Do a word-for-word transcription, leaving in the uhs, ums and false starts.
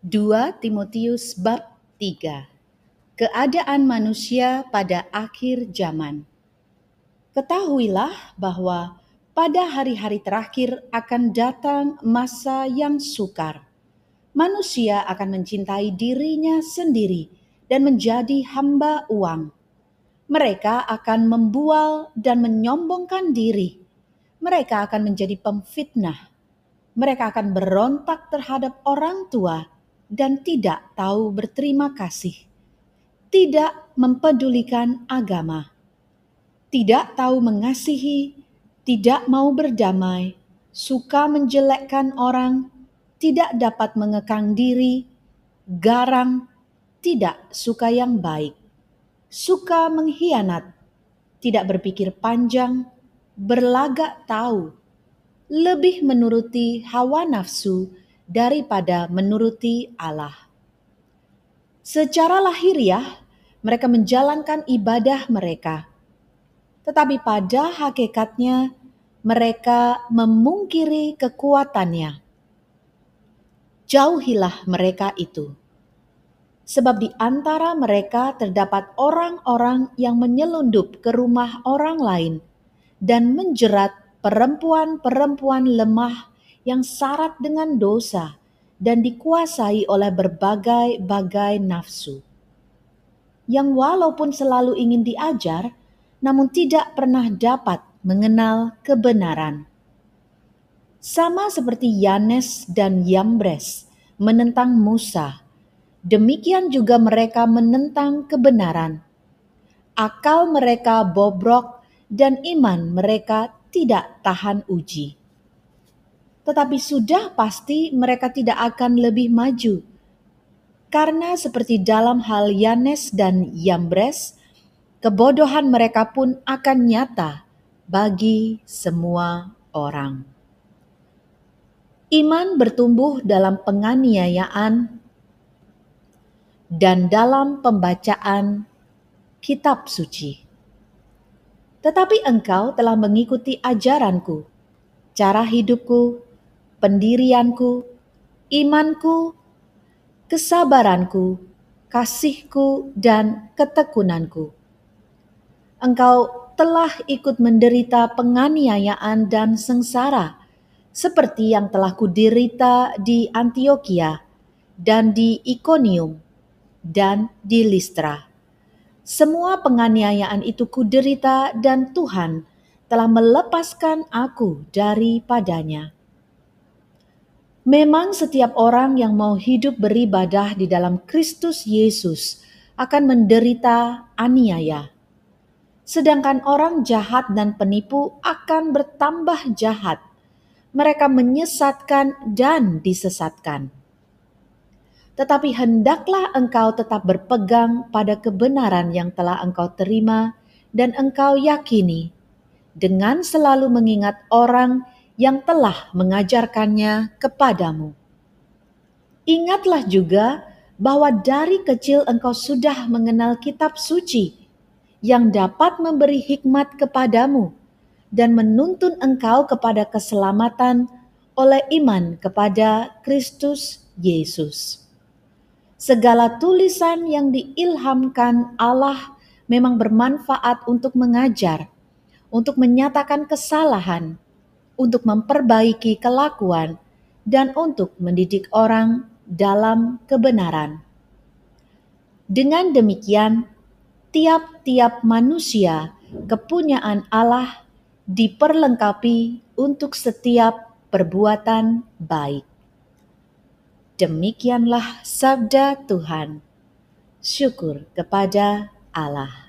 dua Timotius bab tiga. Keadaan manusia pada akhir zaman. Ketahuilah bahwa pada hari-hari terakhir akan datang masa yang sukar. Manusia akan mencintai dirinya sendiri dan menjadi hamba uang. Mereka akan membual dan menyombongkan diri. Mereka akan menjadi pemfitnah. Mereka akan berontak terhadap orang tua dan tidak tahu berterima kasih, tidak mempedulikan agama, tidak tahu mengasihi, tidak mau berdamai, suka menjelekkan orang, tidak dapat mengekang diri, garang, tidak suka yang baik, suka mengkhianat, tidak berpikir panjang, berlagak tahu, lebih menuruti hawa nafsu daripada menuruti Allah. Secara lahiriah, mereka menjalankan ibadah mereka, tetapi pada hakikatnya mereka memungkiri kekuatannya. Jauhilah mereka itu, sebab di antara mereka terdapat orang-orang yang menyelundup ke rumah orang lain dan menjerat perempuan-perempuan lemah yang syarat dengan dosa dan dikuasai oleh berbagai-bagai nafsu, yang walaupun selalu ingin diajar, namun tidak pernah dapat mengenal kebenaran. Sama seperti Yanes dan Yambres menentang Musa, demikian juga mereka menentang kebenaran. Akal mereka bobrok dan iman mereka tidak tahan uji. Tetapi sudah pasti mereka tidak akan lebih maju, karena seperti dalam hal Yanes dan Yambres, kebodohan mereka pun akan nyata bagi semua orang. Iman bertumbuh dalam penganiayaan dan dalam pembacaan kitab suci. Tetapi engkau telah mengikuti ajaranku, cara hidupku, pendirianku, imanku, kesabaranku, kasihku, dan ketekunanku. Engkau telah ikut menderita penganiayaan dan sengsara, seperti yang telah kuderita di Antiokhia dan di Ikonium dan di Listra. Semua penganiayaan itu kuderita dan Tuhan telah melepaskan aku daripadanya. Memang setiap orang yang mau hidup beribadah di dalam Kristus Yesus akan menderita aniaya. Sedangkan orang jahat dan penipu akan bertambah jahat. Mereka menyesatkan dan disesatkan. Tetapi hendaklah engkau tetap berpegang pada kebenaran yang telah engkau terima dan engkau yakini, dengan selalu mengingat orang yang telah mengajarkannya kepadamu. Ingatlah juga bahwa dari kecil engkau sudah mengenal kitab suci yang dapat memberi hikmat kepadamu dan menuntun engkau kepada keselamatan oleh iman kepada Kristus Yesus. Segala tulisan yang diilhamkan Allah memang bermanfaat untuk mengajar, untuk menyatakan kesalahan, untuk memperbaiki kelakuan, dan untuk mendidik orang dalam kebenaran. Dengan demikian, tiap-tiap manusia kepunyaan Allah diperlengkapi untuk setiap perbuatan baik. Demikianlah sabda Tuhan. Syukur kepada Allah.